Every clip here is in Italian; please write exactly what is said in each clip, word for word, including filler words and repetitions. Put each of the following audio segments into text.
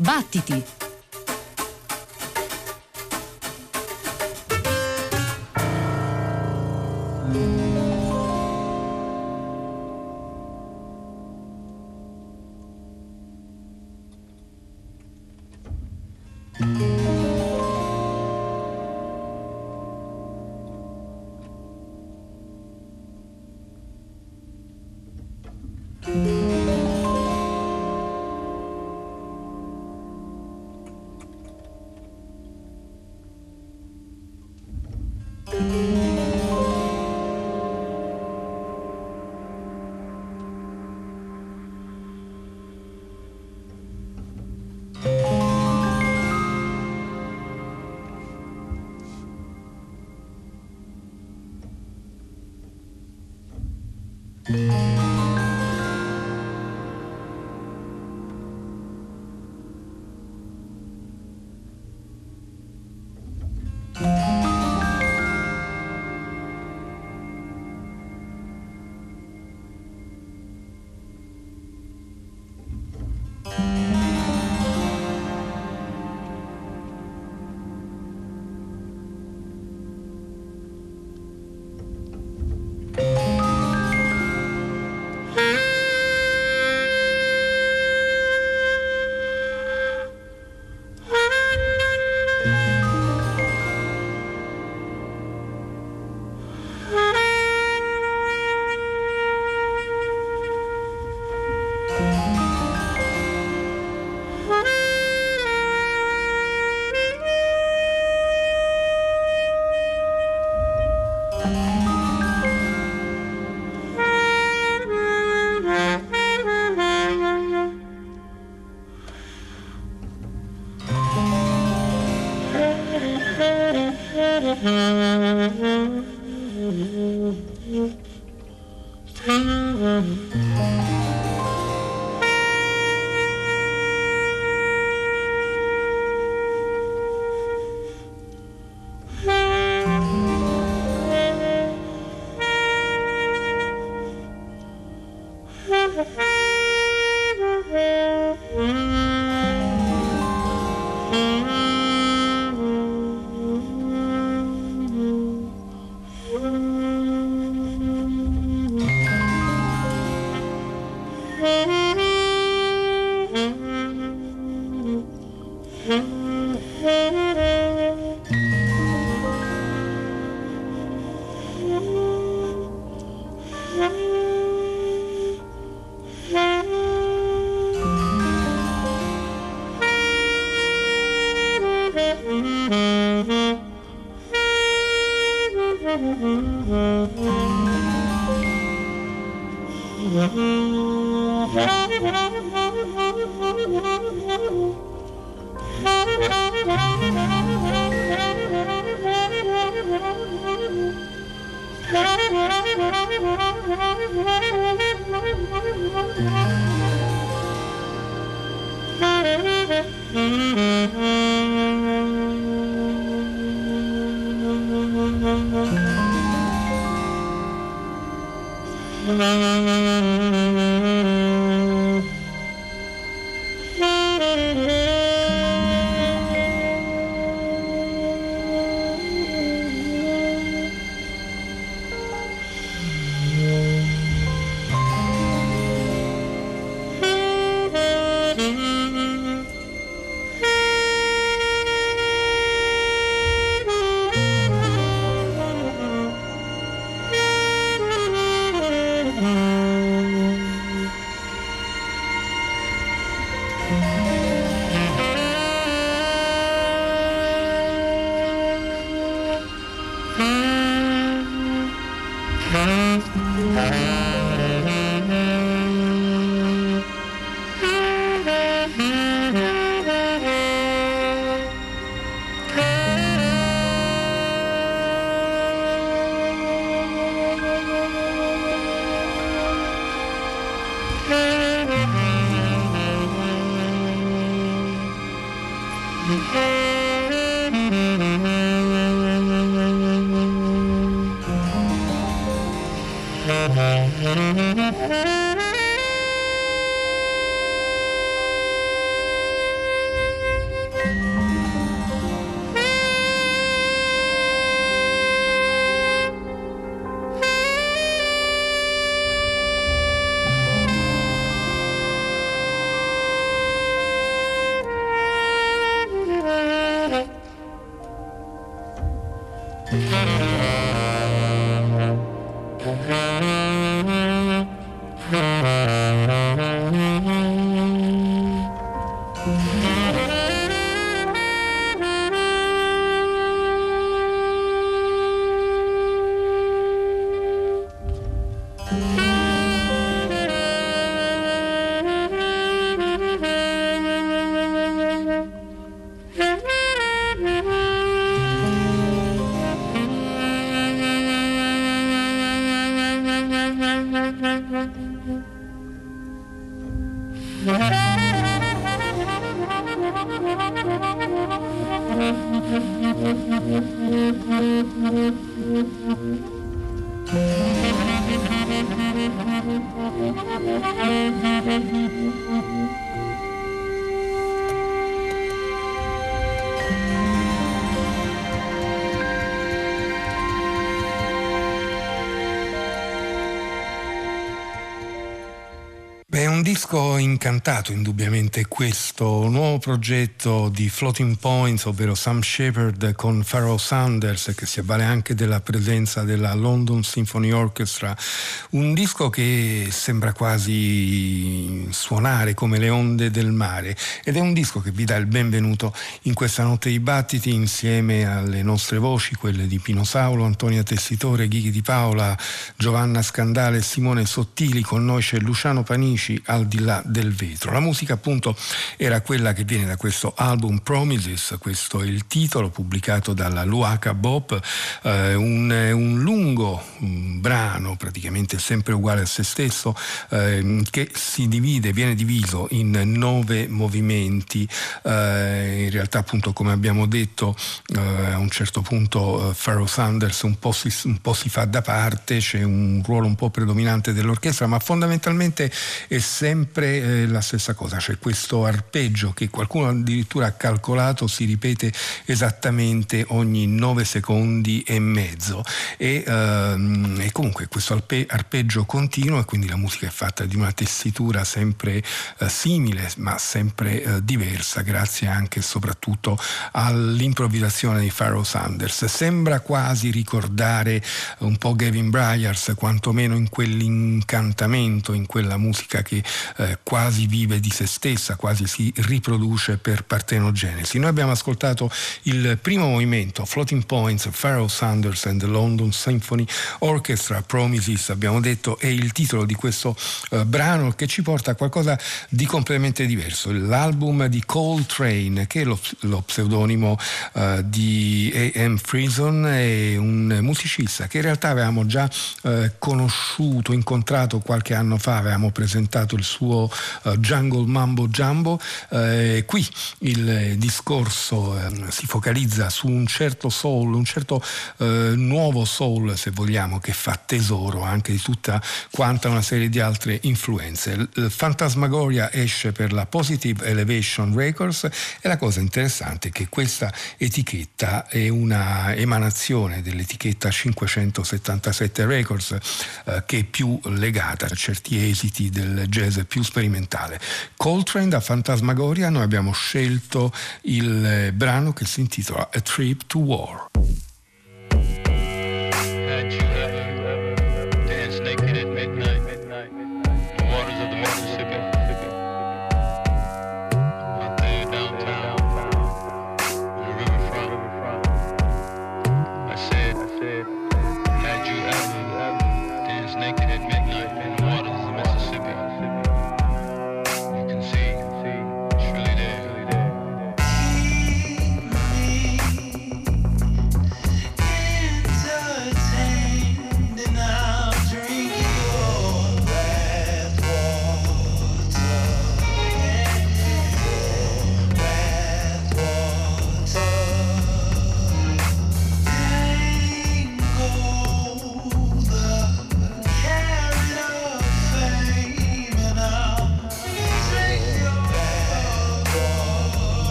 Battiti! Beh, è un disco incantato, indubbiamente, questo nuovo progetto di Floating Points, ovvero Sam Shepard con Pharoah Sanders, che si avvale anche della presenza della London Symphony Orchestra. Un disco che sembra quasi suonare come le onde del mare, ed è un disco che vi dà il benvenuto in questa notte di battiti insieme alle nostre voci, quelle di Pino Saulo, Antonia Tessitore, Ghighi Di Paola, Giovanna Scandale e Simone Sottili. Con noi c'è Luciano Panici, Al di là del vetro. La musica, appunto, era quella che viene da questo album Promises. Questo è il titolo, pubblicato dalla Luaca Bop, eh, un, un lungo un brano praticamente sempre uguale a se stesso, eh, che si divide, viene diviso in nove movimenti. Eh, in realtà, appunto, come abbiamo detto, eh, a un certo punto eh, Pharoah Sanders un po, si, un po' si fa da parte, c'è un ruolo un po' predominante dell'orchestra, ma fondamentalmente è sempre eh, la stessa cosa. C'è questo arpeggio che qualcuno addirittura ha calcolato si ripete esattamente ogni nove secondi e mezzo, e, ehm, e comunque questo arpe- arpeggio continua, e quindi la musica è fatta di una tessitura sempre eh, simile ma sempre eh, diversa, grazie anche e soprattutto all'improvvisazione di Pharoah Sanders. Sembra quasi ricordare un po' Gavin Bryars, quantomeno in quell'incantamento, in quella musica che eh, quasi vive di se stessa, quasi si riproduce per partenogenesi. Noi abbiamo ascoltato il primo movimento, Floating Points, Pharoah Sanders and the London Symphony Orchestra. Promises, abbiamo detto, è il titolo di questo eh, brano, che ci porta a qualcosa di completamente diverso. L'album di Coltrane, che è lo, lo pseudonimo eh, di A M Frison, è un musicista che in realtà avevamo già eh, conosciuto, incontrato qualche anno fa. Avevamo presentato il suo uh, Jungle Mambo Jumbo. Eh, qui il discorso eh, si focalizza su un certo soul, un certo eh, nuovo soul, se vogliamo, che fa tesoro anche di tutta quanta una serie di altre influenze. Phantasmagoria esce per la Positive Elevation Records, e la cosa interessante è che questa etichetta è una emanazione dell'etichetta cinquecentosettantasette Records, eh, che è più legata a certi esiti del jazz più sperimentale. Coltrane da Phantasmagoria. Noi abbiamo scelto il brano che si intitola A Trip to War.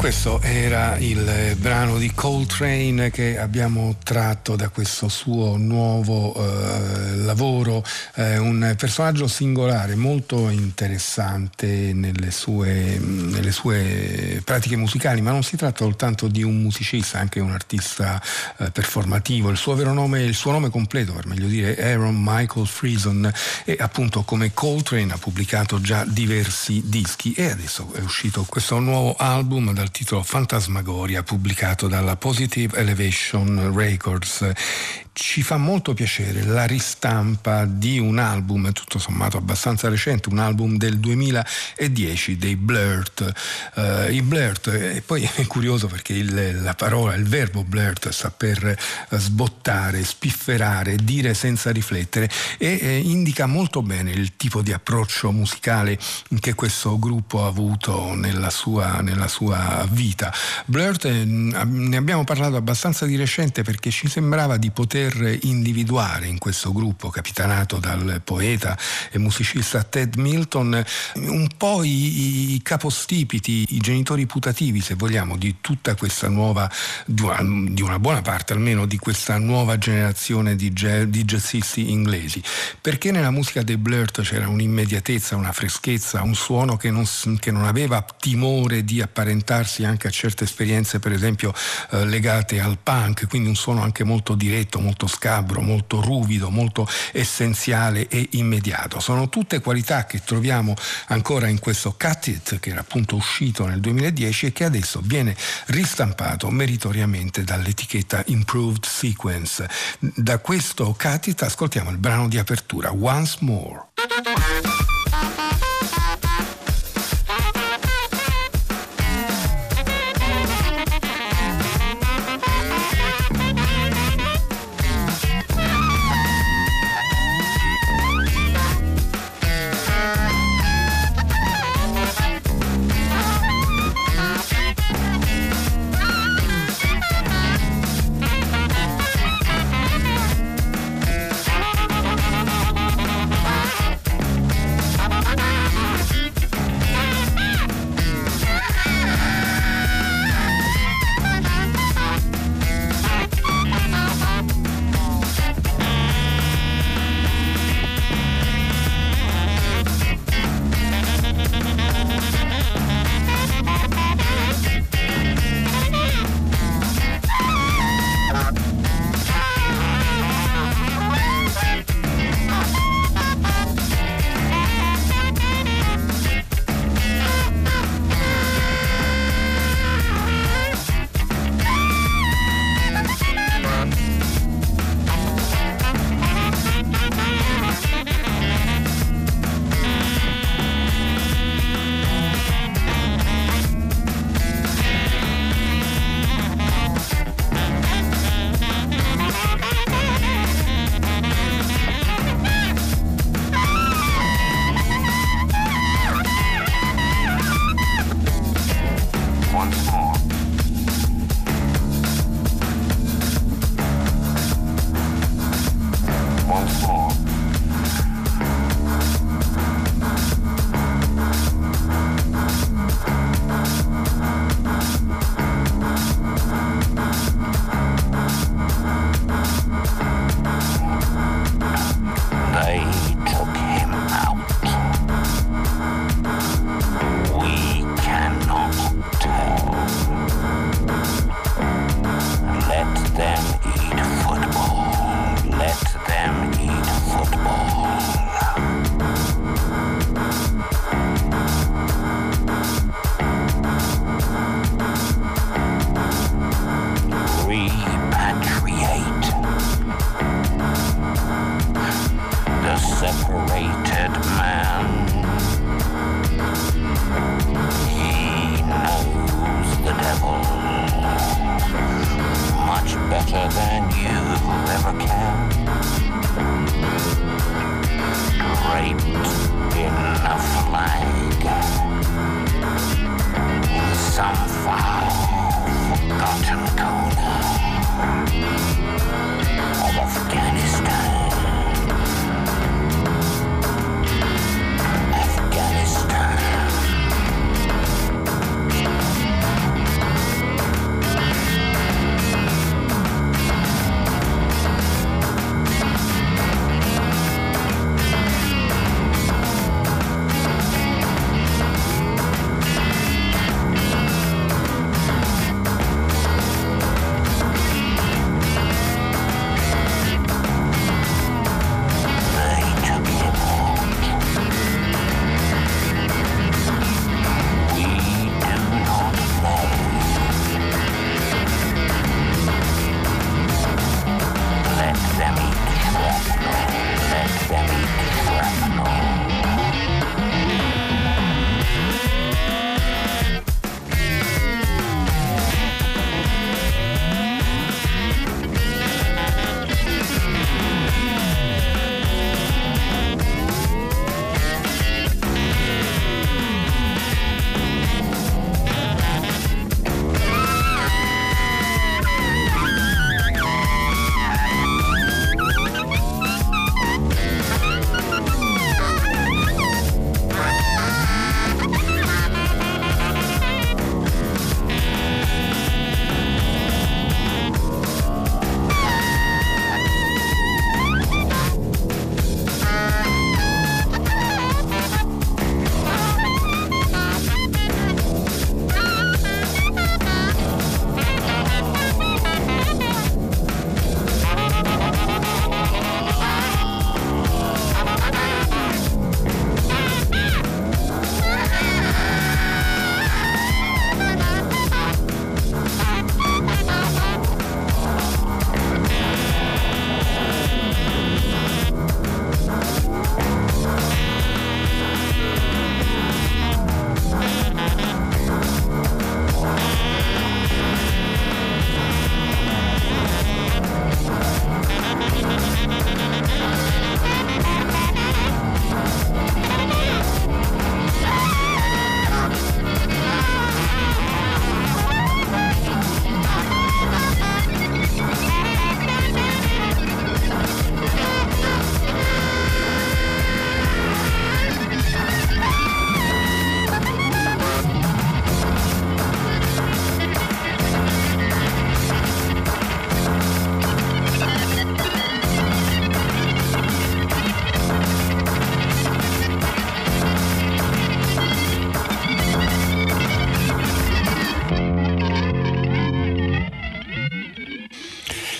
Questo era il brano di Coltrane che abbiamo tratto da questo suo nuovo eh, lavoro, eh, un personaggio singolare, molto interessante nelle sue, nelle sue pratiche musicali, ma non si tratta soltanto di un musicista, anche un artista eh, performativo. Il suo vero nome, il suo nome completo, per meglio dire, è Aaron Michael Friesen, e appunto come Coltrane ha pubblicato già diversi dischi, e adesso è uscito questo nuovo album dal titolo Fantasmagoria, pubblicato dalla Positive Elevation Records. Ci fa molto piacere la ristampa di un album tutto sommato abbastanza recente, un album del duemiladieci dei Blurt. Uh, I Blurt, e poi è curioso perché il, la parola, il verbo Blurt sta per sbottare, spifferare, dire senza riflettere, e eh, indica molto bene il tipo di approccio musicale che questo gruppo ha avuto nella sua, nella sua vita. Blurt, eh, ne abbiamo parlato abbastanza di recente perché ci sembrava di poter individuare in questo gruppo capitanato dal poeta e musicista Ted Milton un po' i, i capostipiti, i genitori putativi, se vogliamo, di tutta questa nuova, di una, di una buona parte almeno di questa nuova generazione di, jazz, di jazzisti inglesi, perché nella musica dei Blurt c'era un'immediatezza, una freschezza, un suono che non, che non aveva timore di apparentarsi anche a certe esperienze, per esempio eh, legate al punk, quindi un suono anche molto diretto, molto scabro, molto ruvido, molto essenziale e immediato. Sono tutte qualità che troviamo ancora in questo Cut It, che era appunto uscito nel duemiladieci e che adesso viene ristampato meritoriamente dall'etichetta Improved Sequence. Da questo Cut It ascoltiamo il brano di apertura, Once More.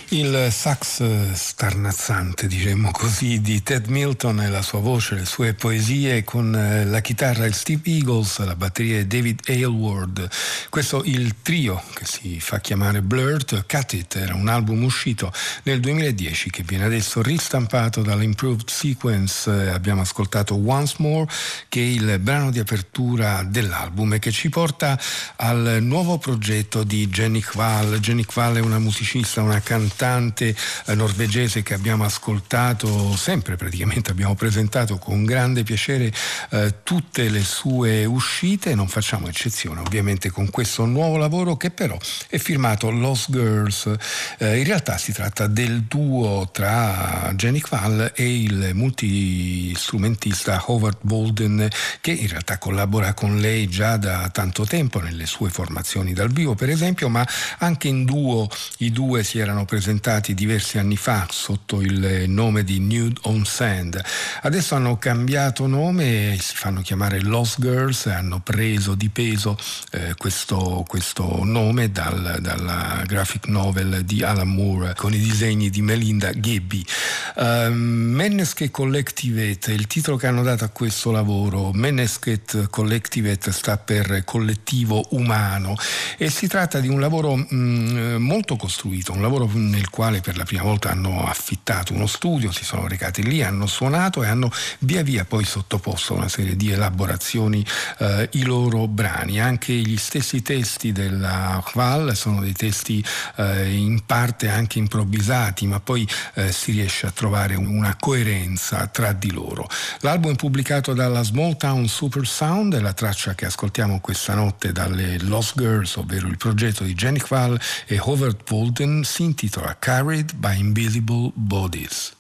Il sax starnazzante, diremmo così, di Ted Milton e la sua voce, le sue poesie, con la chitarra il Steve Eagles, la batteria David Aylward. Questo il trio che si fa chiamare Blurt. Cut It era un album uscito nel duemiladieci che viene adesso ristampato dall'Improved Sequence. Abbiamo ascoltato Once More, che è il brano di apertura dell'album e che ci porta al nuovo progetto di Jenny Kval. Jenny Kval è una musicista, una cantante eh, norvegese che abbiamo ascoltato sempre, praticamente abbiamo presentato con grande piacere eh, tutte le sue uscite. Non facciamo eccezione ovviamente con questo nuovo lavoro che però è firmato Lost Girls. Eh, in realtà si tratta del duo tra Jenny Kval e il multistrumentista Howard Bolden, che in realtà collabora con lei già da tanto tempo nelle sue formazioni dal vivo, per esempio, ma anche in duo. I due si erano presentati diversi anni fa sotto il nome di Nude on Sand. Adesso hanno cambiato nome e si fanno chiamare Lost Girls e hanno preso di peso eh, questo, questo nome dal, dalla graphic novel di Alan Moore con i disegni di Melinda Gebbie. Uh, Mennesket Kollektivet è il titolo che hanno dato a questo lavoro. Mennesket Kollektivet sta per collettivo umano e si tratta di un lavoro mh, molto costruito, un lavoro nel quale per la prima volta hanno affittato uno studio, si sono recati lì, hanno suonato e hanno via via poi sottoposto una serie di elaborazioni eh, i loro brani. Anche gli stessi testi della Kval sono dei testi eh, in parte anche improvvisati, ma poi eh, si riesce a trovare una coerenza tra di loro. L'album è pubblicato dalla Small Town Super Sound e la traccia che ascoltiamo questa notte dalle Lost Girls, ovvero il progetto di Jenny Kval e Howard Bolden, si intitola Carried by Invisible Bodies.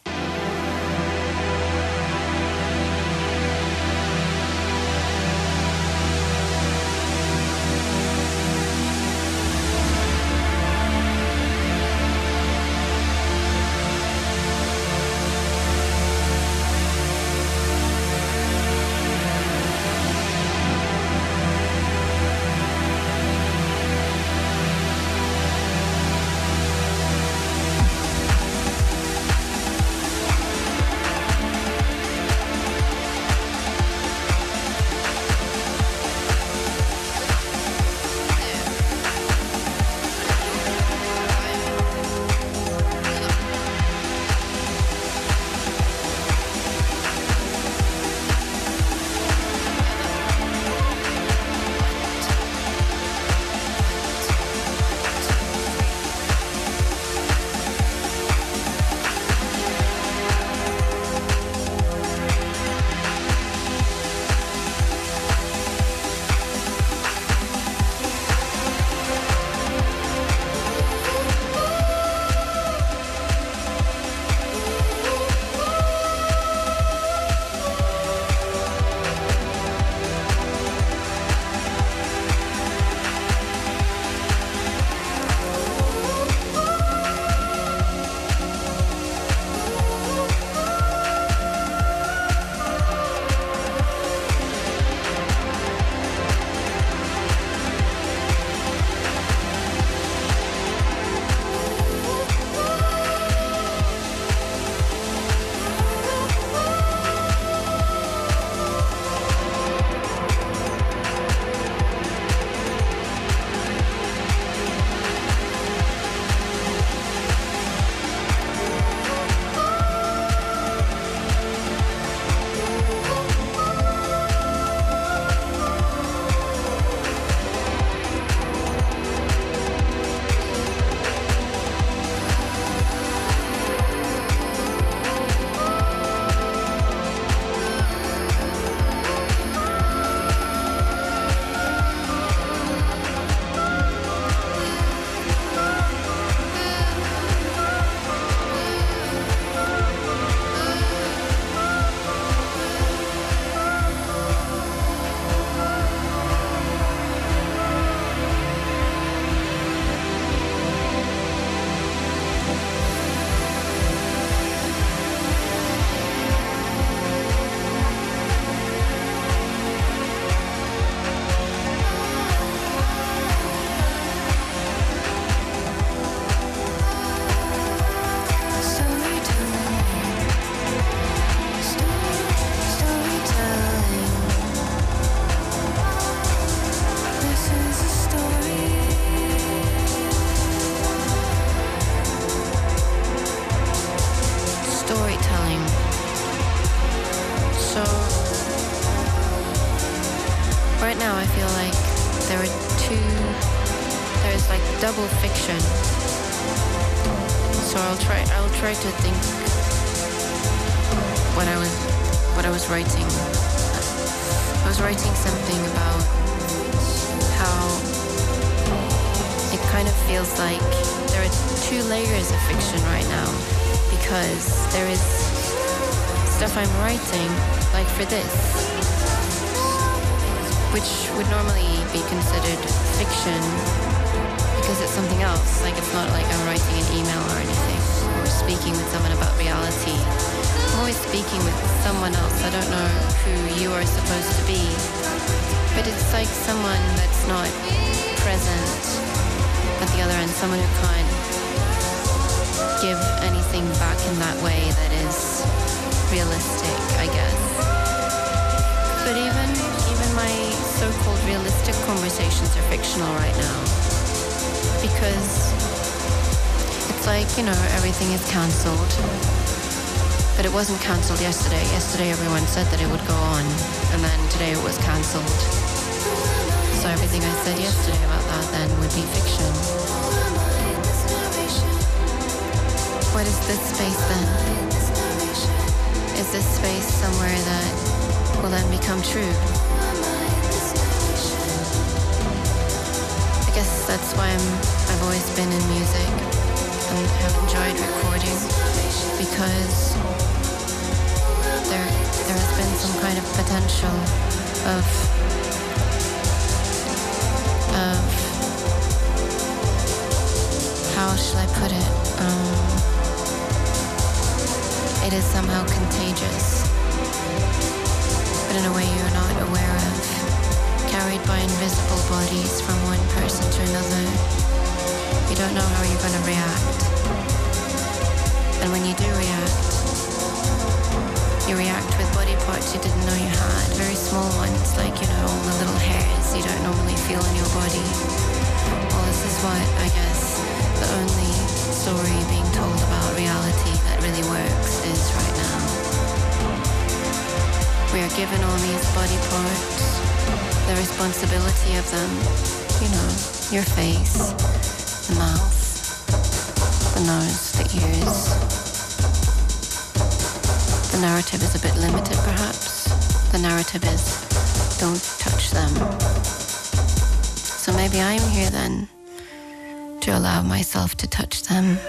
cool fiction. So I'll try I'll try to think what I was what I was writing. I was writing something about how it kind of feels like there are two layers of fiction right now, because there is stuff I'm writing, like for this, which would normally be considered fiction because it's something else. Like, it's not like I'm writing an email or anything, or speaking with someone about reality. I'm always speaking with someone else. I don't know who you are supposed to be, but it's like someone that's not present at the other end, someone who can't give anything back in that way that is realistic, I guess. But even even my so-called realistic conversations are fictional right now, because it's like, you know, everything is cancelled. But it wasn't cancelled yesterday. Yesterday everyone said that it would go on, and then today it was cancelled. So everything I said yesterday about that then would be fiction. What is this space then? Is this space somewhere that will then become true? I guess that's why I'm, I've always been in music and have enjoyed recording, because there, there has been some kind of potential of, of, how shall I put it? Um, it is somehow contagious, but in a way you're not aware of, carried by invisible bodies from one person to another. You don't know how you're going to react. And when you do react, you react with body parts you didn't know you had, very small ones, like, you know, all the little hairs you don't normally feel in your body. Well, this is what, I guess, the only story being told about reality that really works is right now. We are given all these body parts, the responsibility of them, you know, your face, the mouth, the nose, the ears. The narrative is a bit limited, perhaps. The narrative is, don't touch them. So maybe I'm here then to allow myself to touch them.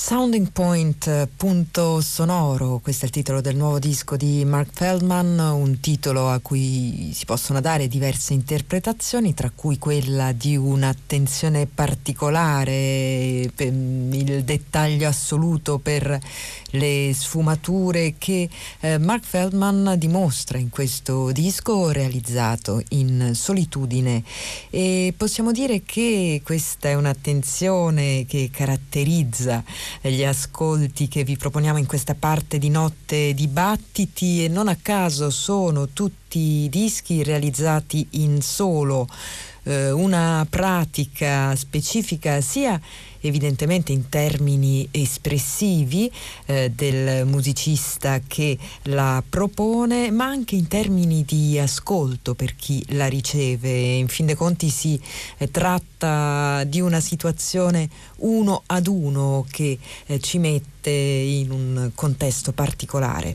Sounding Point, punto sonoro, questo è il titolo del nuovo disco di Mark Feldman, un titolo a cui si possono dare diverse interpretazioni, tra cui quella di un'attenzione particolare, per il dettaglio assoluto per le sfumature che eh, Mark Feldman dimostra in questo disco realizzato in solitudine, e possiamo dire che questa è un'attenzione che caratterizza gli ascolti che vi proponiamo in questa parte di Notte Dibattiti, e non a caso sono tutti dischi realizzati in solo, eh, una pratica specifica sia evidentemente in termini espressivi eh, del musicista che la propone, ma anche in termini di ascolto per chi la riceve. In fin dei conti si eh, tratta di una situazione uno ad uno che eh, ci mette in un contesto particolare,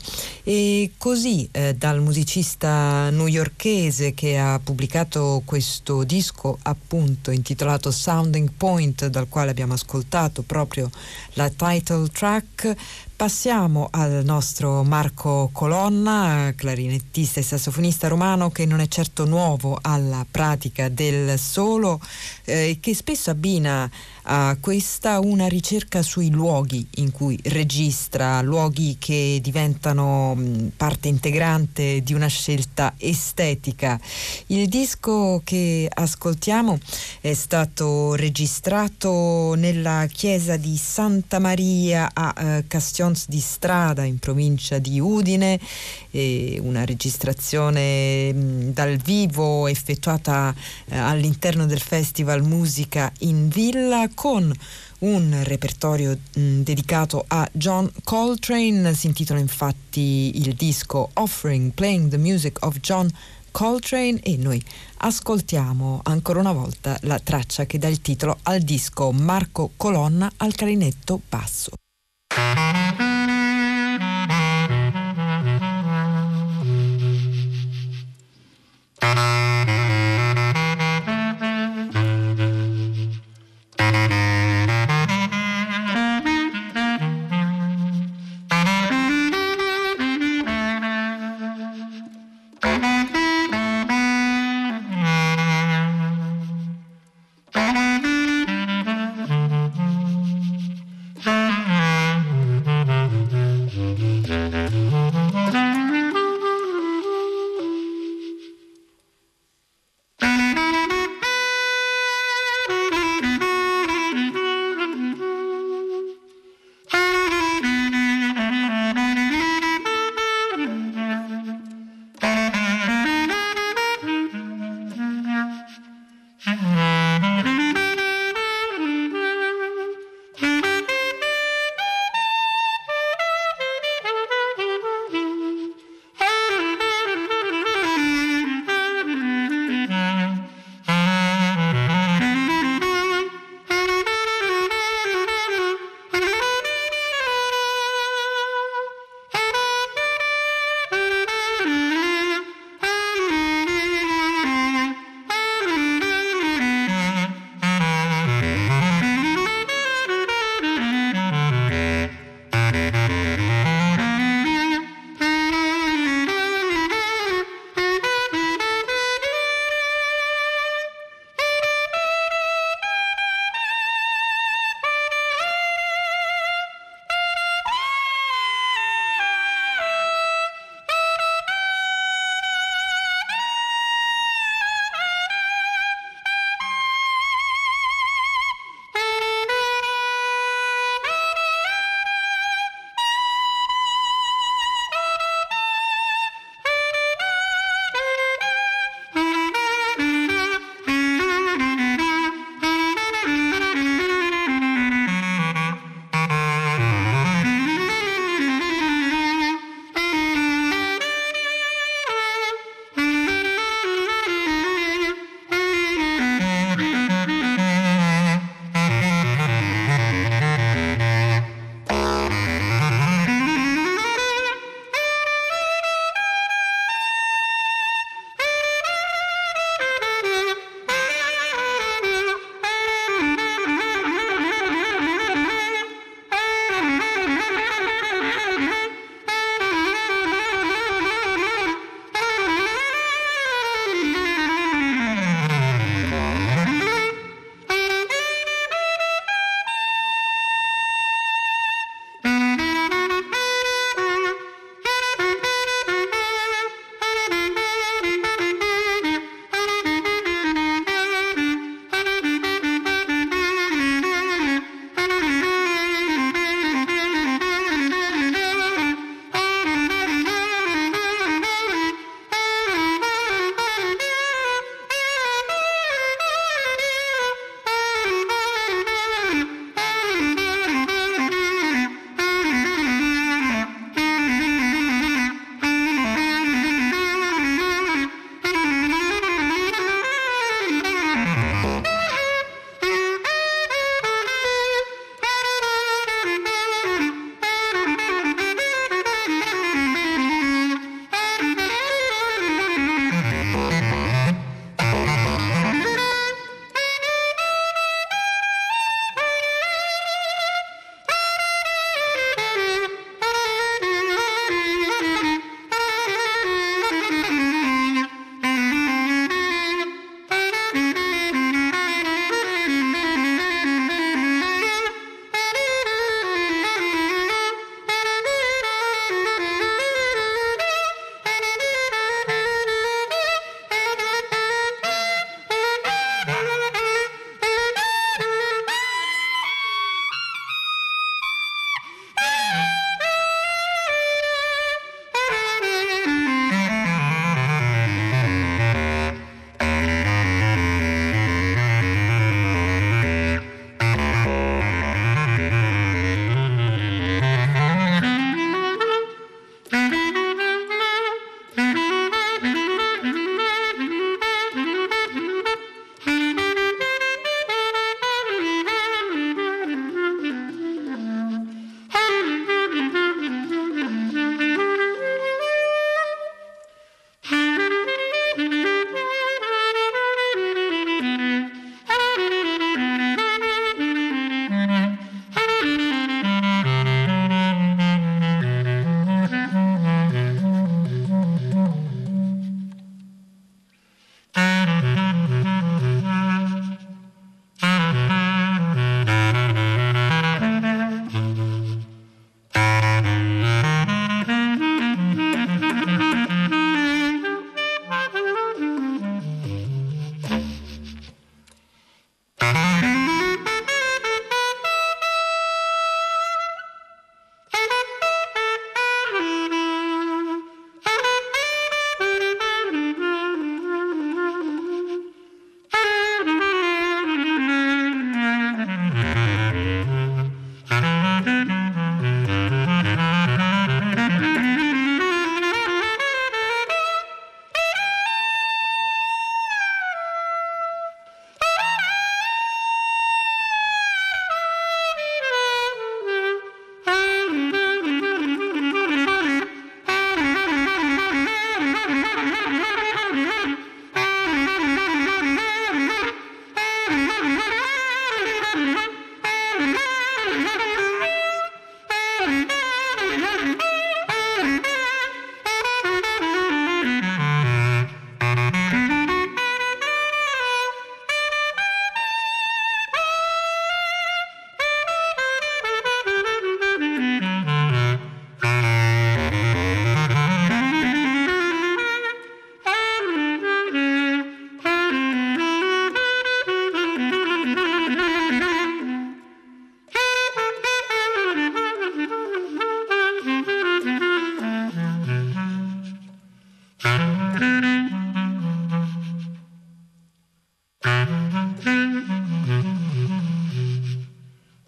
e così eh, dal musicista newyorkese che ha pubblicato questo disco appunto intitolato Sounding Point, dal quale abbiamo ascoltato proprio la title track, passiamo al nostro Marco Colonna, clarinettista e sassofonista romano, che non è certo nuovo alla pratica del solo e eh, che spesso abbina a questa una ricerca sui luoghi in cui registra, luoghi che diventano mh, parte integrante di una scelta estetica. Il disco che ascoltiamo è stato registrato nella chiesa di Santa Maria a eh, Castions di Strada, in provincia di Udine, e una registrazione mh, dal vivo effettuata eh, all'interno del Festival Musica in Villa, con un repertorio mh, dedicato a John Coltrane. Si intitola infatti il disco Offering Playing the Music of John Coltrane, e noi ascoltiamo ancora una volta la traccia che dà il titolo al disco, Marco Colonna al clarinetto basso. Thank you.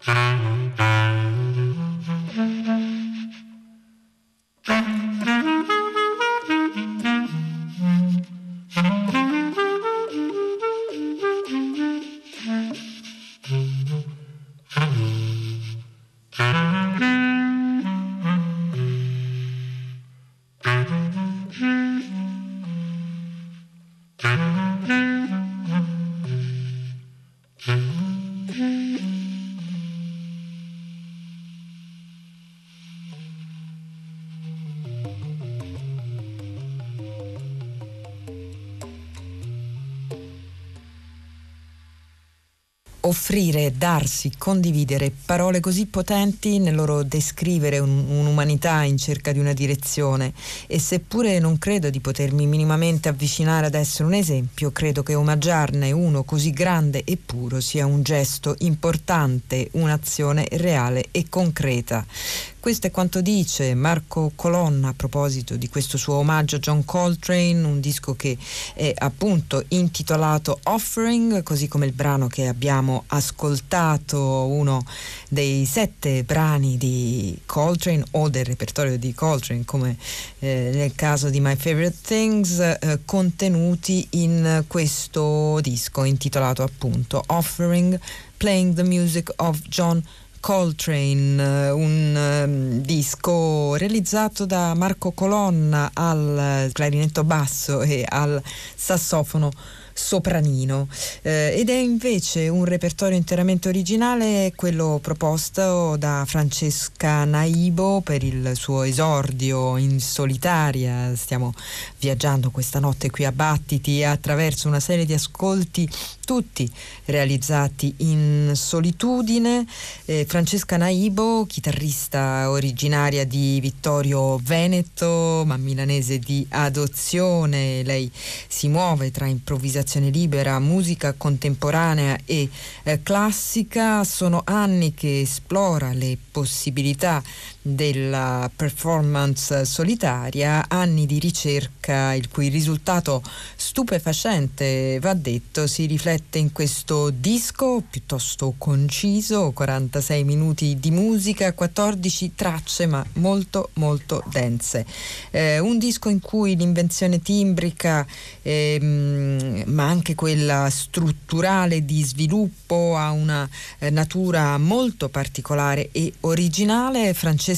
Offrire, darsi, condividere parole così potenti nel loro descrivere un, un'umanità in cerca di una direzione, e seppure non credo di potermi minimamente avvicinare ad essere un esempio, credo che omaggiarne uno così grande e puro sia un gesto importante, un'azione reale e concreta. Questo è quanto dice Marco Colonna a proposito di questo suo omaggio a John Coltrane, un disco che è appunto intitolato Offering, così come il brano che abbiamo ascoltato, uno dei sette brani di Coltrane o del repertorio di Coltrane, come eh, nel caso di My Favorite Things, eh, contenuti in questo disco intitolato appunto Offering, Playing the Music of John Coltrane, un um, disco realizzato da Marco Colonna al clarinetto basso e al sassofono sopranino, eh, ed è invece un repertorio interamente originale, quello proposto da Francesca Naibo per il suo esordio in solitaria. Stiamo viaggiando questa notte qui a Battiti attraverso una serie di ascolti tutti realizzati in solitudine. eh, Francesca Naibo, chitarrista originaria di Vittorio Veneto ma milanese di adozione, lei si muove tra improvvisazione libera, musica contemporanea e eh, classica. Sono anni che esplora le possibilità della performance solitaria, anni di ricerca il cui risultato stupefacente, va detto, si riflette in questo disco piuttosto conciso, quarantasei minuti di musica, quattordici tracce ma molto molto dense, eh, un disco in cui l'invenzione timbrica ehm, ma anche quella strutturale di sviluppo ha una eh, natura molto particolare e originale. Francesca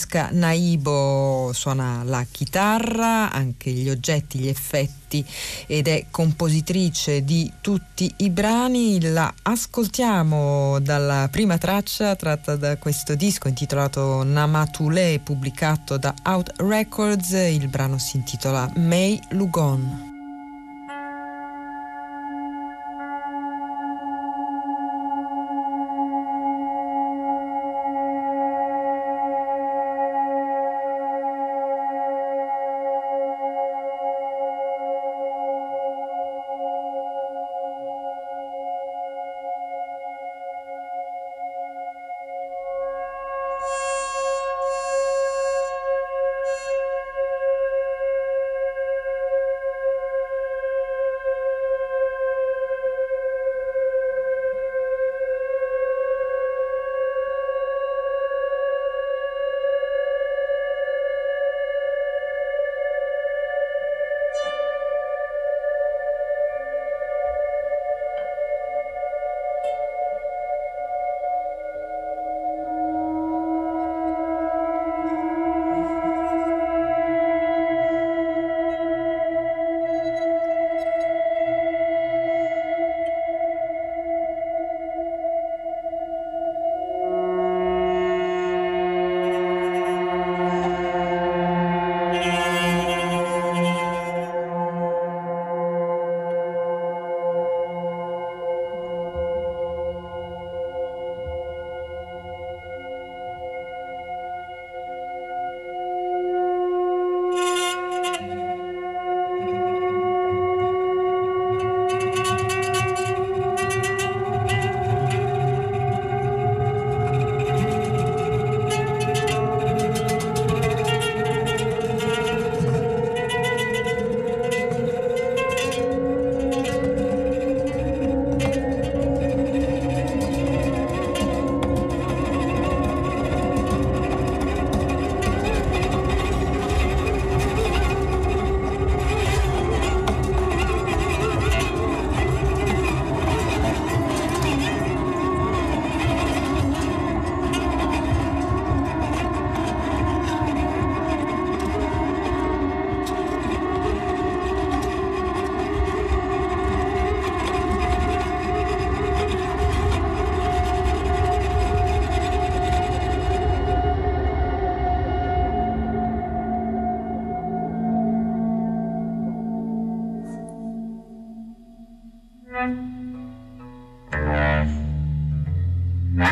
Naibo suona la chitarra, anche gli oggetti, gli effetti, ed è compositrice di tutti i brani. La ascoltiamo dalla prima traccia tratta da questo disco intitolato Namatulé, pubblicato da Out Records. Il brano si intitola May Lugon.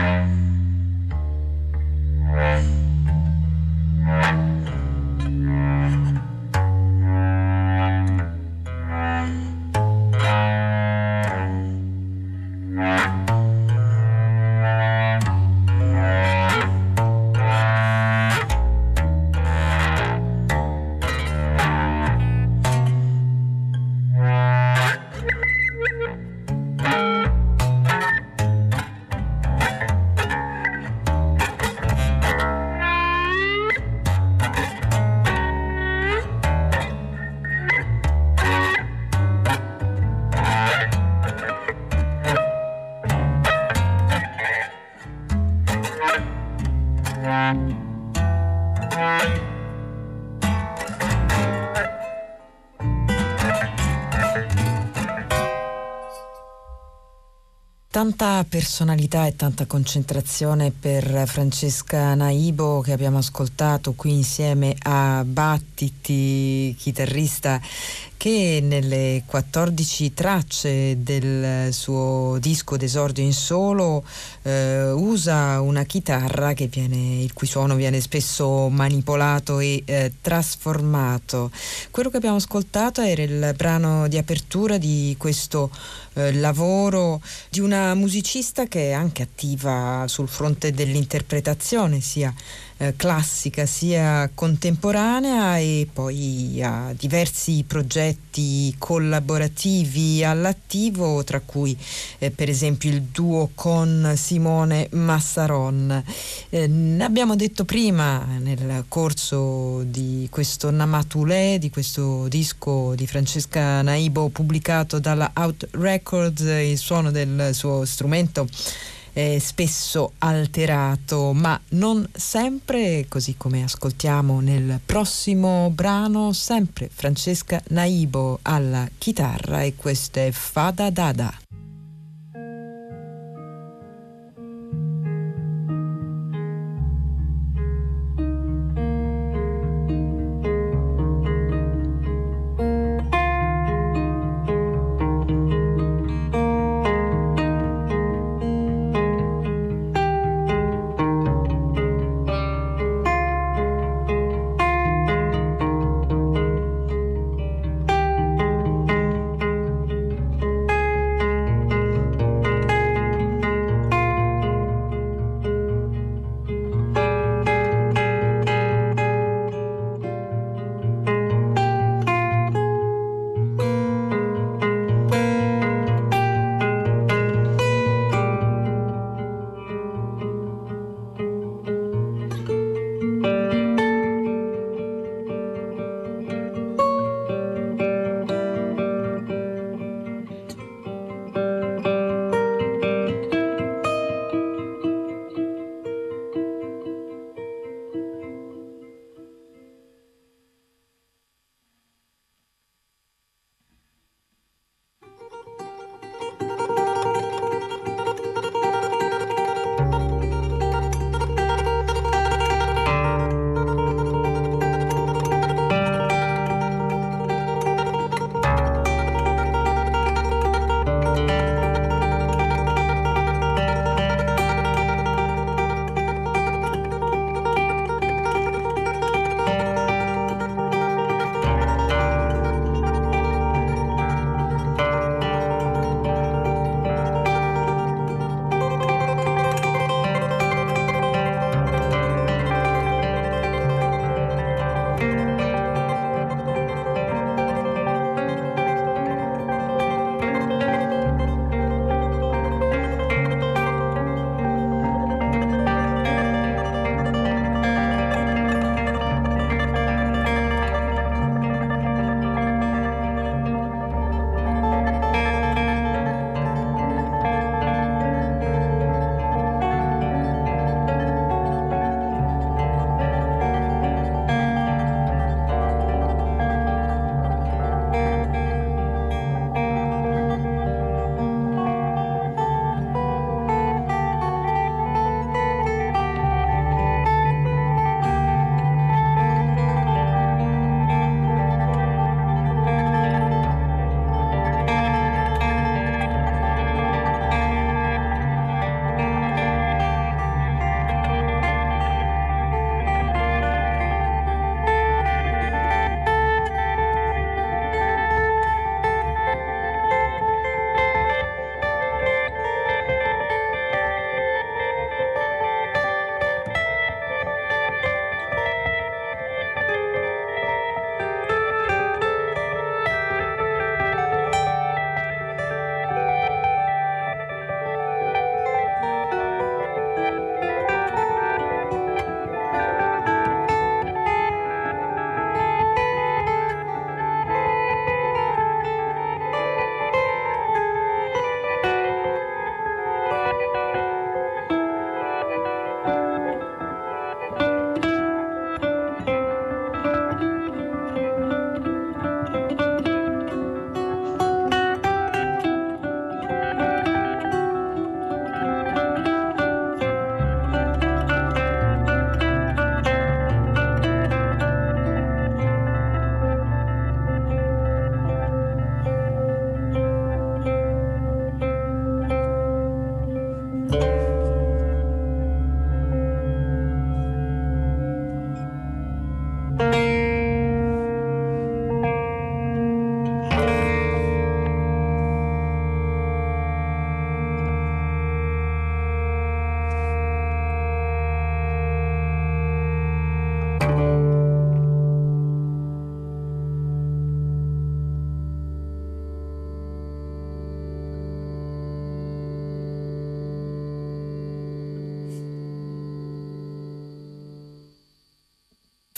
Tanta personalità e tanta concentrazione per Francesca Naibo, che abbiamo ascoltato qui insieme a Battiti, chitarrista che nelle quattordici tracce del suo disco d'esordio in solo eh, usa una chitarra che viene, il cui suono viene spesso manipolato e eh, trasformato. Quello che abbiamo ascoltato era il brano di apertura di questo eh, lavoro di una musicista che è anche attiva sul fronte dell'interpretazione, sia Eh, classica sia contemporanea, e poi ha diversi progetti collaborativi all'attivo, tra cui eh, per esempio il duo con Simone Massaron. Eh, ne abbiamo detto prima nel corso di questo Namatulè, di questo disco di Francesca Naibo pubblicato dalla Out Records, il suono del suo strumento è spesso alterato, ma non sempre, così come ascoltiamo nel prossimo brano, sempre Francesca Naibo alla chitarra, e questo è Fada Dada.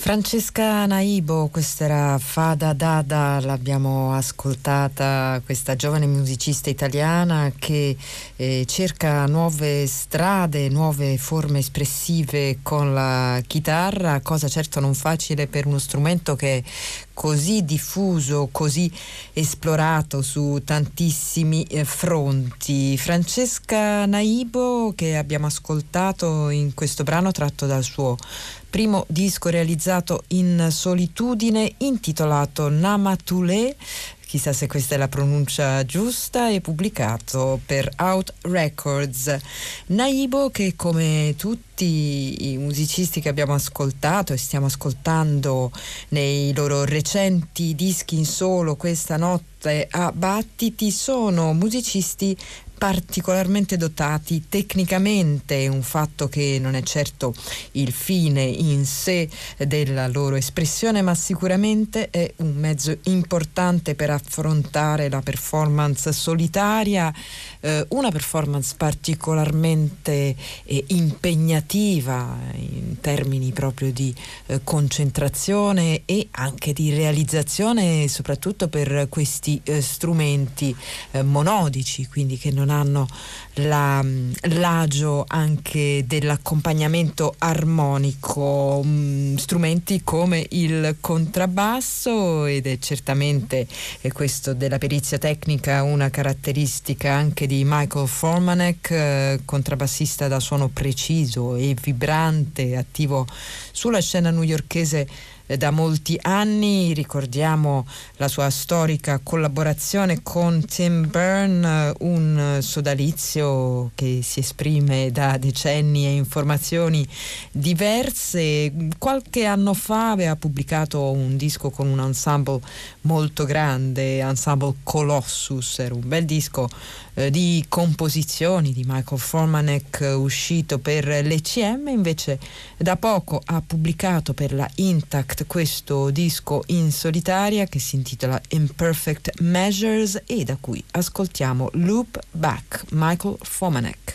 Francesca Naibo, questa era Fada Dada, l'abbiamo ascoltata, questa giovane musicista italiana che eh, cerca nuove strade, nuove forme espressive con la chitarra, cosa certo non facile per uno strumento che è così diffuso, così esplorato su tantissimi eh, fronti. Francesca Naibo, che abbiamo ascoltato in questo brano tratto dal suo primo disco realizzato in solitudine, intitolato Namatulé, chissà se questa è la pronuncia giusta, e pubblicato per Out Records. Naibo, che come tutti i musicisti che abbiamo ascoltato e stiamo ascoltando nei loro recenti dischi in solo questa notte a battiti, sono musicisti particolarmente dotati tecnicamente, un fatto che non è certo il fine in sé della loro espressione, ma sicuramente è un mezzo importante per affrontare la performance solitaria, eh, una performance particolarmente eh, impegnativa in termini proprio di eh, concentrazione e anche di realizzazione, soprattutto per questi eh, strumenti eh, monodici, quindi che non hanno la, l'agio anche dell'accompagnamento armonico, mh, strumenti come il contrabbasso, ed è certamente eh, questo della perizia tecnica una caratteristica anche di Michael Formanek, eh, contrabbassista da suono preciso e vibrante, attivo sulla scena newyorkese da molti anni. Ricordiamo la sua storica collaborazione con Tim Byrne, un sodalizio che si esprime da decenni e informazioni diverse. Qualche anno fa aveva pubblicato un disco con un ensemble molto grande, Ensemble Colossus, era un bel disco eh, di composizioni di Michael Formanek, uscito per l'E C M. Invece da poco ha pubblicato per la Intact questo disco in solitaria che si intitola Imperfect Measures, e da cui ascoltiamo Loop Back, Michael Formanek.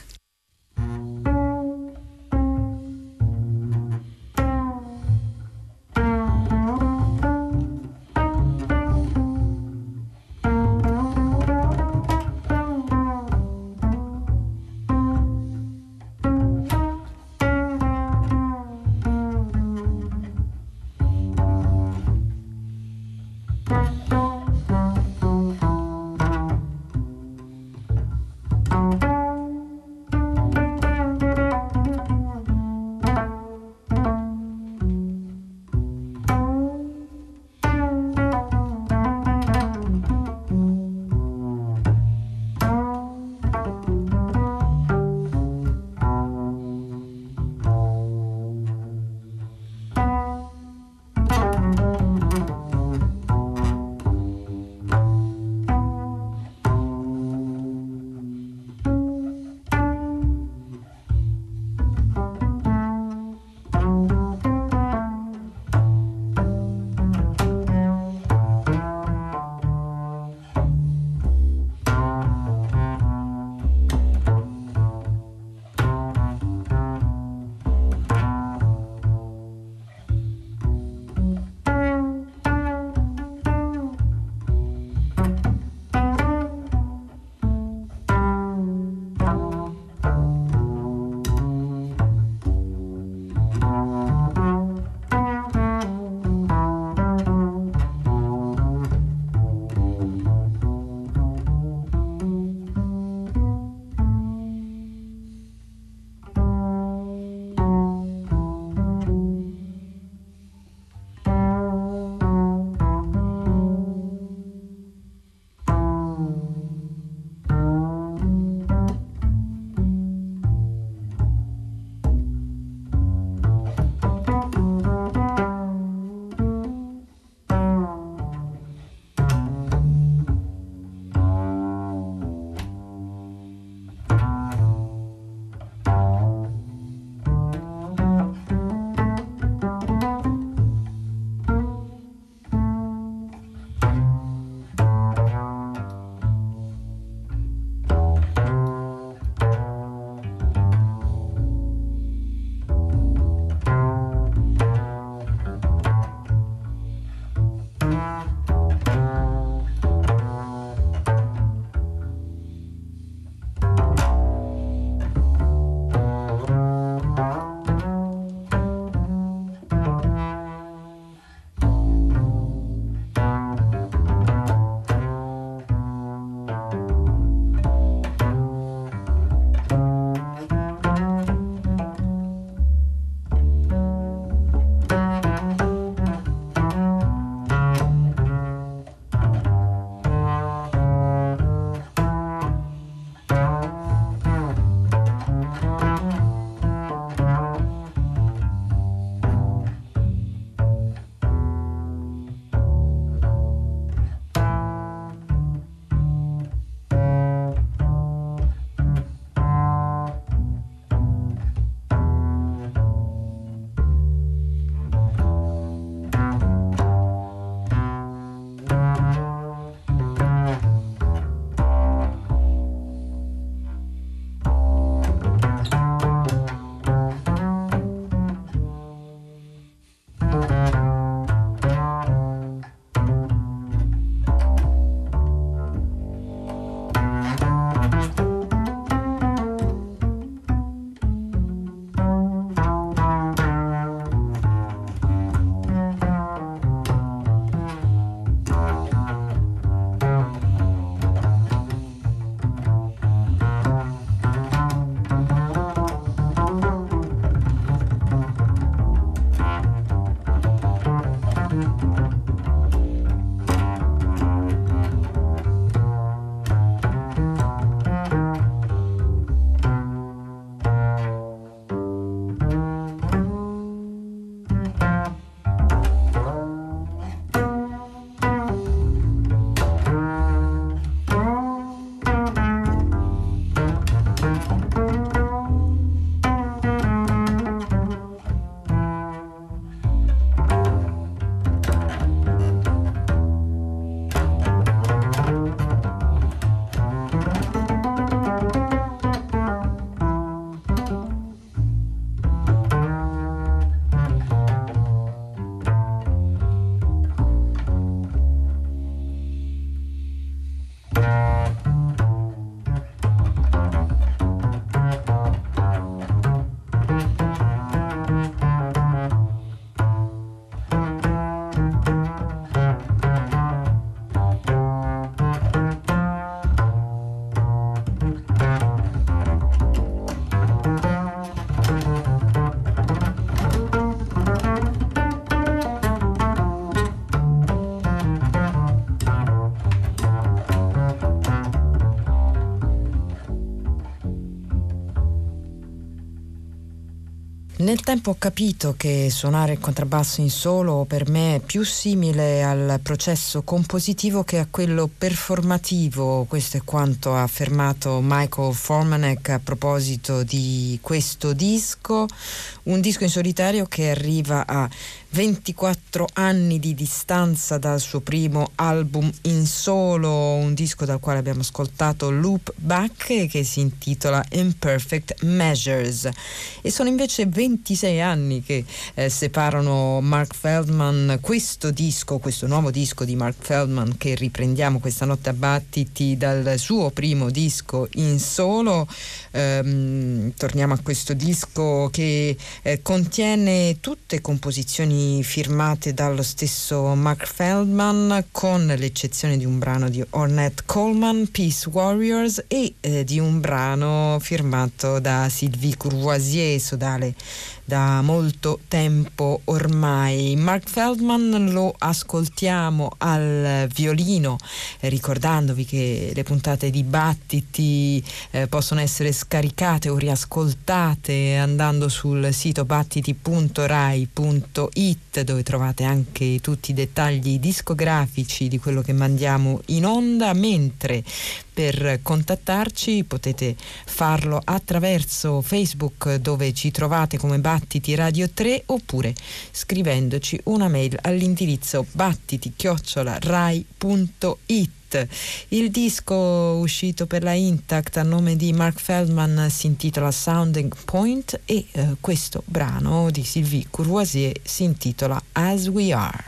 Nel tempo ho capito che suonare il contrabbasso in solo per me è più simile al processo compositivo che a quello performativo. Questo è quanto ha affermato Michael Formanek a proposito di questo disco, un disco in solitario che arriva a ventiquattro anni di distanza dal suo primo album in solo, un disco dal quale abbiamo ascoltato Loop Back che si intitola Imperfect Measures, e sono invece ventisei anni che eh, separano Mark Feldman, questo disco, questo nuovo disco di Mark Feldman che riprendiamo questa notte a Battiti, dal suo primo disco in solo. Ehm, torniamo a questo disco che eh, contiene tutte composizioni firmate dallo stesso Mark Feldman, con l'eccezione di un brano di Ornette Coleman, Peace Warriors, e eh, di un brano firmato da Sylvie Courvoisier, sodale da molto tempo ormai. Mark Feldman lo ascoltiamo al violino, eh, ricordandovi che le puntate di Battiti eh, possono essere scaricate o riascoltate andando sul sito battiti punto rai punto it, dove trovate anche tutti i dettagli discografici di quello che mandiamo in onda, mentre per contattarci potete farlo attraverso Facebook, dove ci trovate come Battiti Radio tre, oppure scrivendoci una mail all'indirizzo battiti chiocciola rai punto it. Il disco uscito per la Intact a nome di Mark Feldman si intitola Sounding Point e eh, questo brano di Sylvie Courvoisier si intitola As We Are.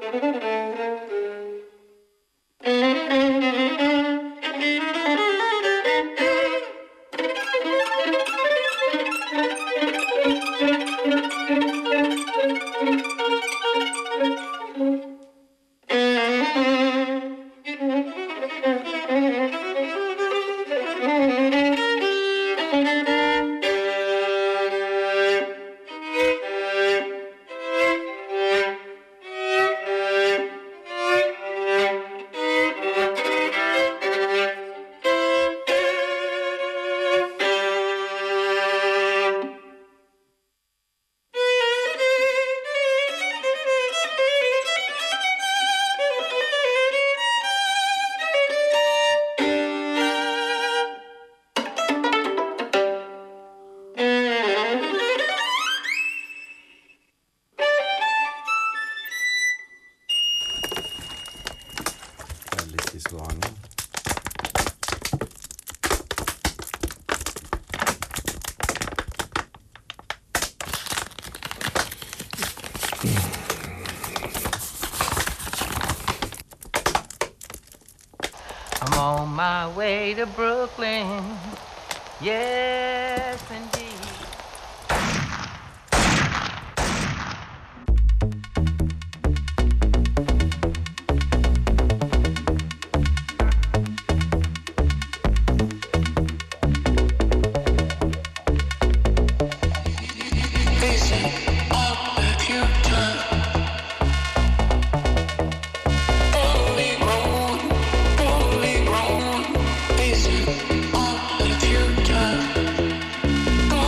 I'm on my way to Brooklyn, yes indeed. Go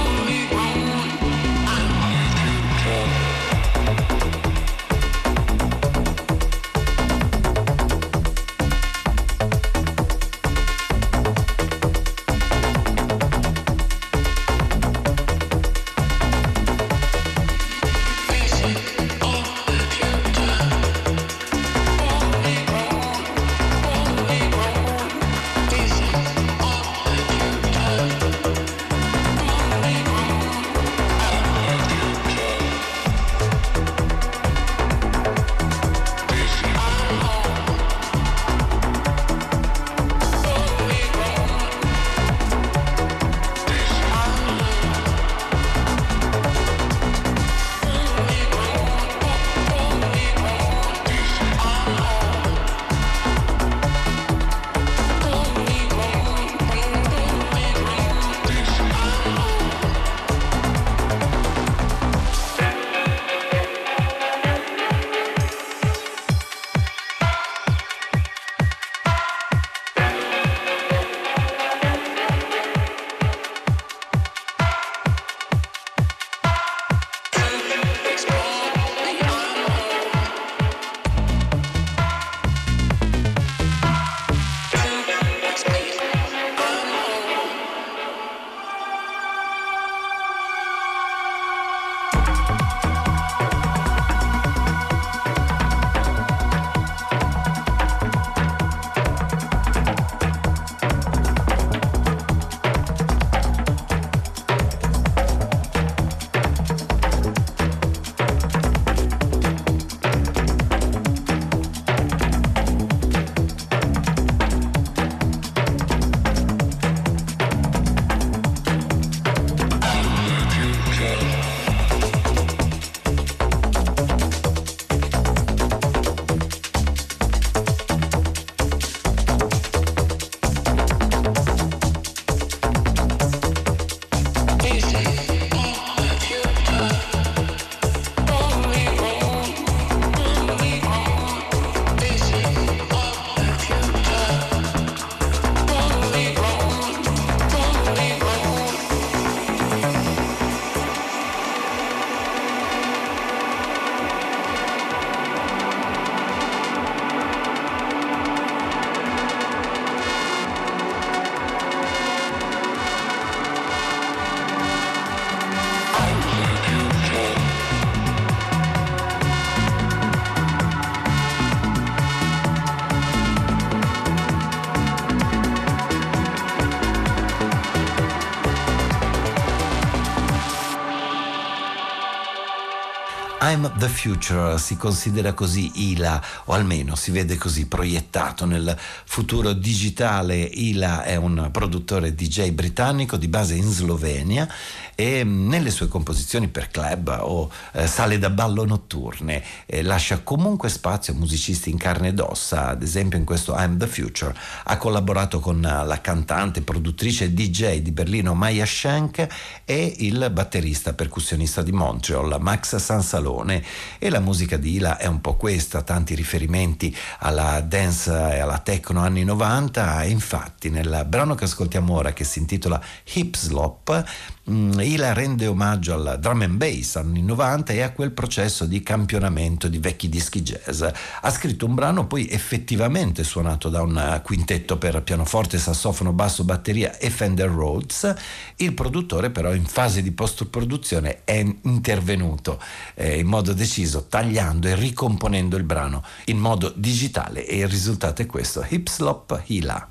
I'm the Future, si considera così Ila, o almeno si vede così proiettato nel futuro digitale. Ila è un produttore D J britannico di base in Slovenia e nelle sue composizioni per club o eh, sale da ballo notturne eh, lascia comunque spazio a musicisti in carne ed ossa. Ad esempio in questo I'm the Future ha collaborato con la cantante, produttrice e D J di Berlino Maya Schenk e il batterista percussionista di Montreal Max Sansalone. E la musica di Ila è un po' questa, tanti riferimenti alla dance e alla techno anni novanta, e infatti nel brano che ascoltiamo ora, che si intitola Hip Slop, Ila rende omaggio al drum and bass anni novanta e a quel processo di campionamento di vecchi dischi jazz. Ha scritto un brano poi effettivamente suonato da un quintetto per pianoforte, sassofono, basso, batteria e Fender Rhodes. Il produttore però in fase di post-produzione è intervenuto eh, in modo deciso, tagliando e ricomponendo il brano in modo digitale, e il risultato è questo: Hip Slop Ila.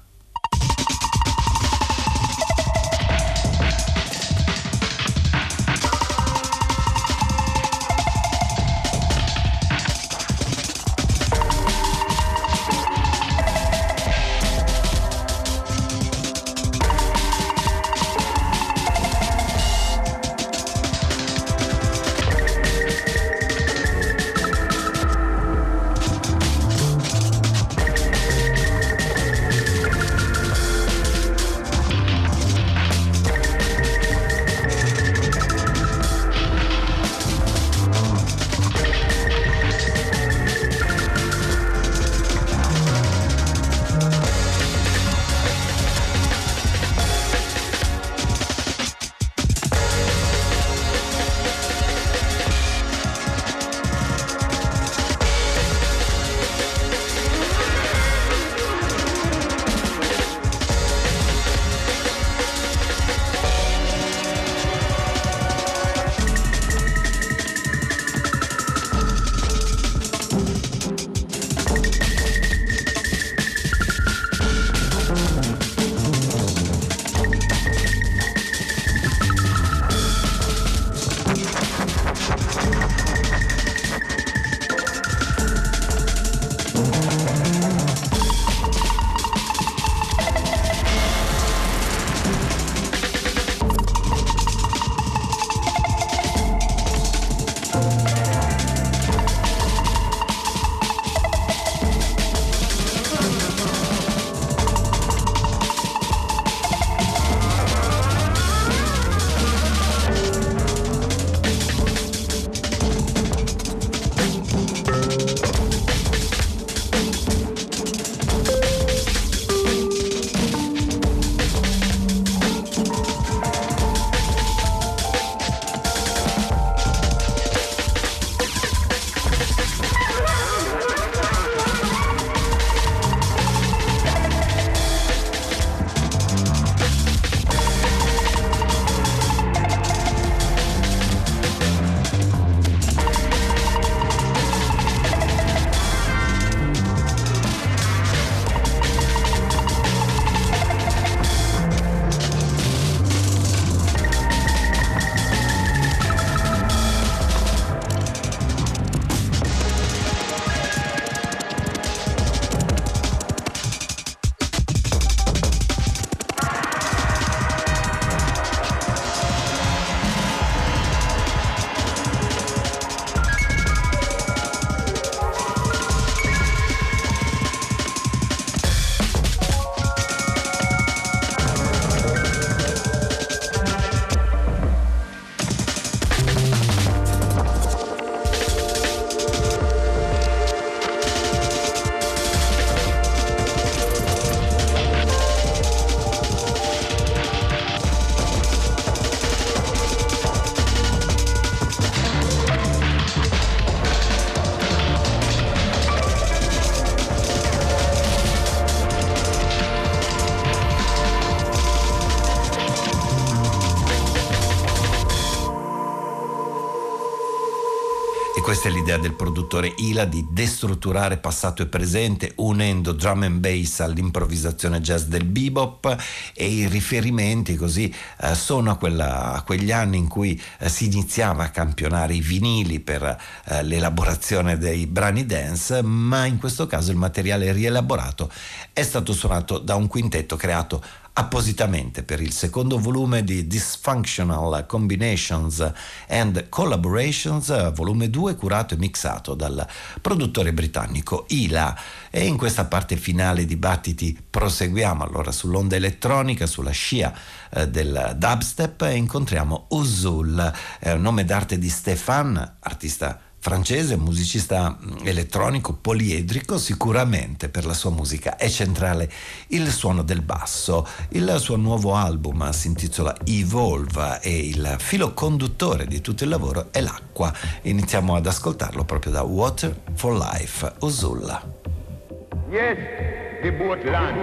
Questa è l'idea del produttore Ila di destrutturare passato e presente unendo drum and bass all'improvvisazione jazz del bebop, e i riferimenti così eh, sono a, quella, a quegli anni in cui eh, si iniziava a campionare i vinili per eh, l'elaborazione dei brani dance, ma in questo caso il materiale rielaborato è stato suonato da un quintetto creato appositamente per il secondo volume di Dysfunctional Combinations and Collaborations, volume due, curato e mixato dal produttore britannico Ila. E in questa parte finale di Battiti proseguiamo allora sull'onda elettronica, sulla scia eh, del dubstep, e incontriamo Uzul, eh, nome d'arte di Stéphane, artista francese, musicista elettronico poliedrico. Sicuramente per la sua musica è centrale il suono del basso. Il suo nuovo album si intitola Evolve e il filo conduttore di tutto il lavoro è l'acqua. Iniziamo ad ascoltarlo proprio da Water for Life, Uzul. Yes, the boat land.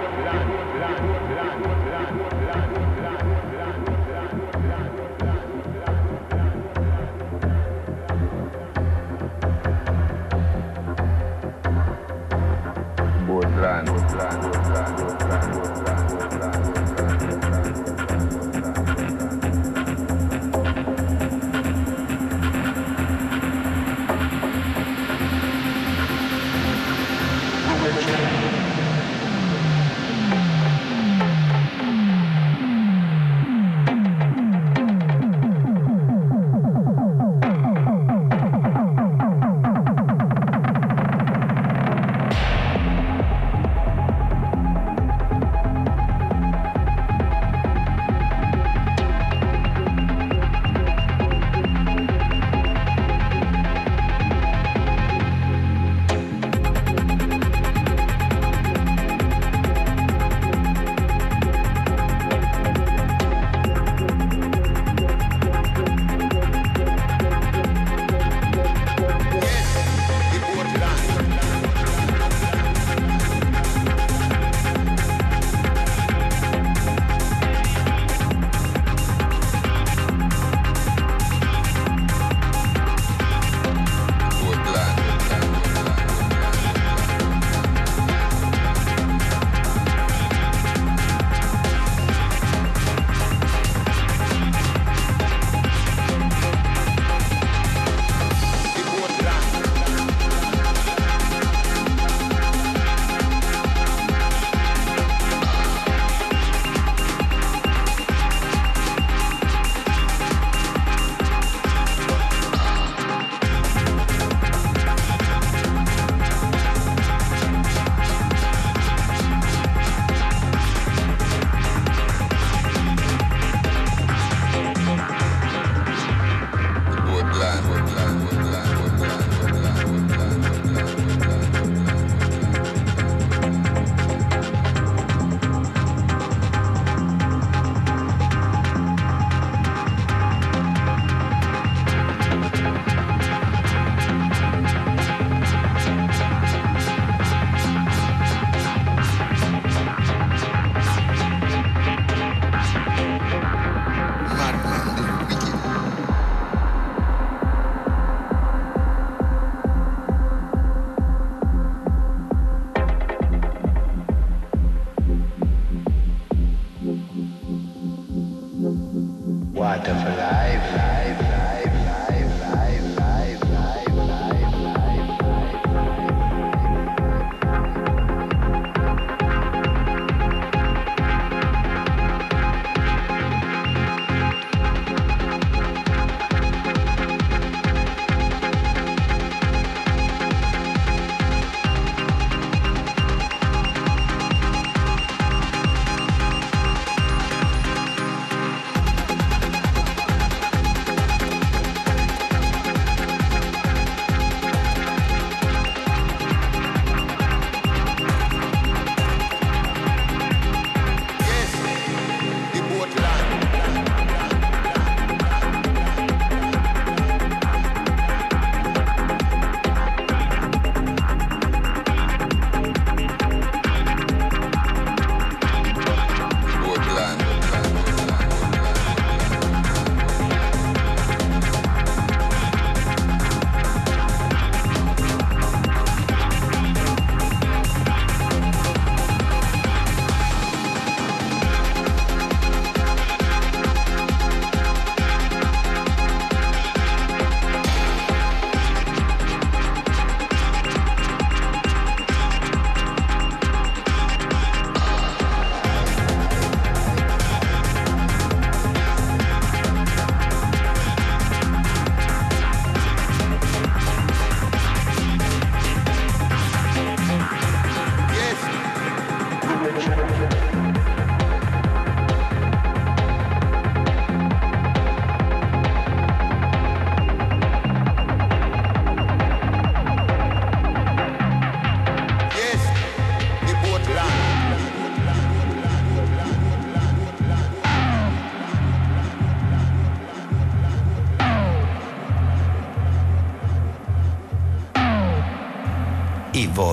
Run, run, run, run, run,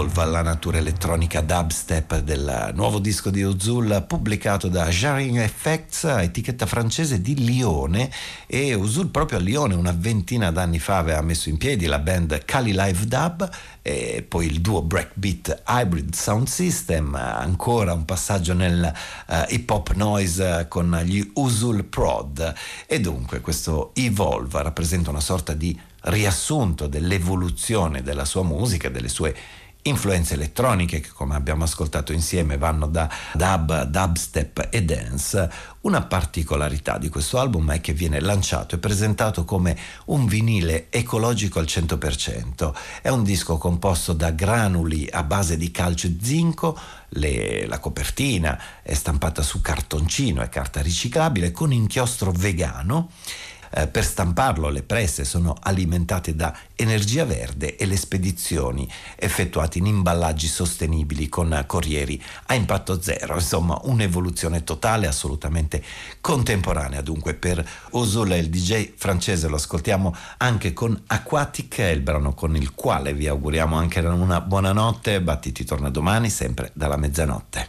Evolve, la natura elettronica dubstep del nuovo disco di Uzul pubblicato da Jarring Effects, etichetta francese di Lione. E Uzul proprio a Lione una ventina d'anni fa aveva messo in piedi la band Kali Live Dub e poi il duo breakbeat Hybrid Sound System, ancora un passaggio nel uh, hip hop noise con gli Uzul Prod. E dunque questo Evolve rappresenta una sorta di riassunto dell'evoluzione della sua musica, delle sue influenze elettroniche che, come abbiamo ascoltato insieme, vanno da dub, dubstep e dance. Una particolarità di questo album è che viene lanciato e presentato come un vinile ecologico al cento per cento. È un disco composto da granuli a base di calcio e zinco. Le, la copertina è stampata su cartoncino e carta riciclabile con inchiostro vegano. Eh, per stamparlo le presse sono alimentate da energia verde e le spedizioni effettuate in imballaggi sostenibili con corrieri a impatto zero. Insomma, un'evoluzione totale, assolutamente contemporanea. Dunque per Uzul, il D J francese, lo ascoltiamo anche con Aquatic, è il brano con il quale vi auguriamo anche una buona notte. Battiti torna domani sempre dalla mezzanotte.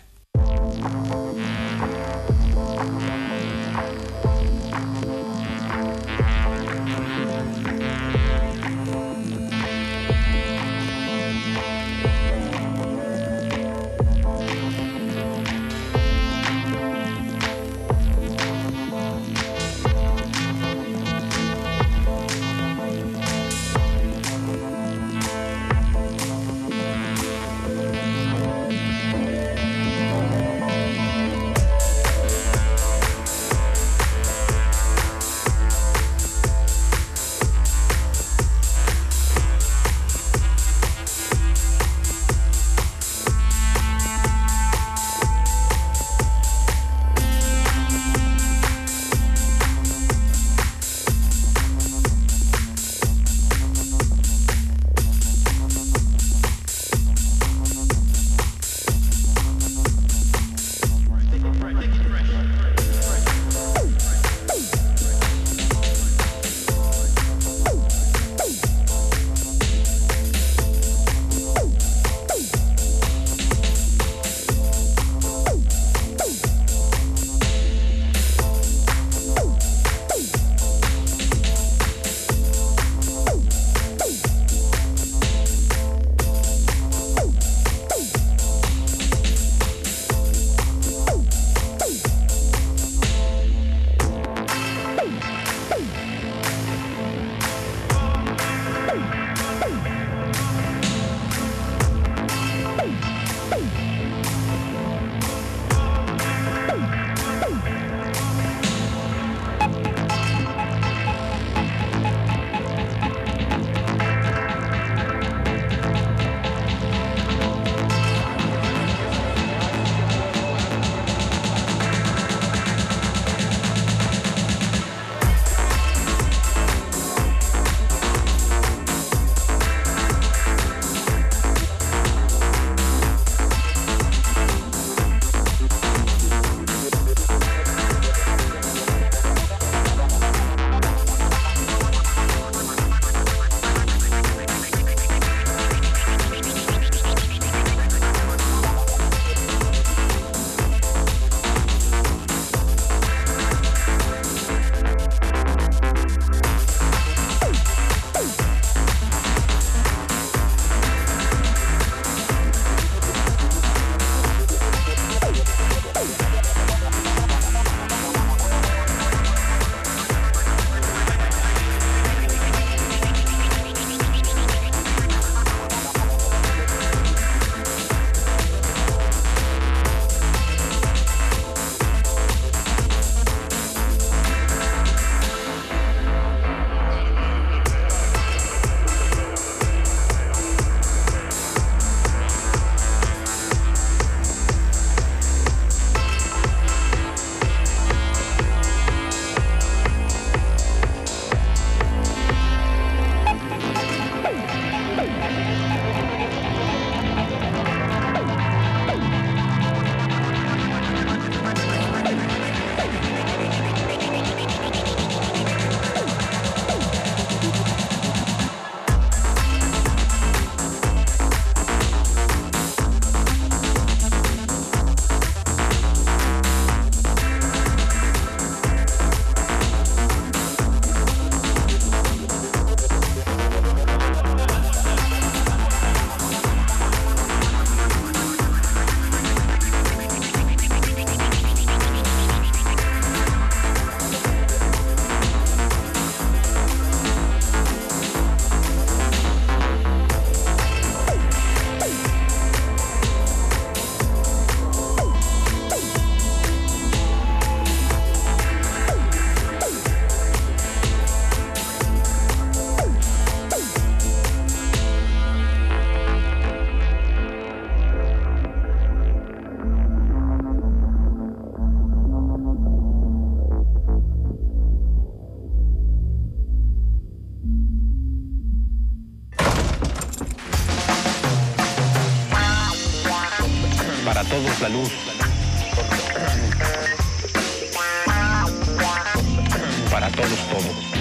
todos la luz. Para todos todo.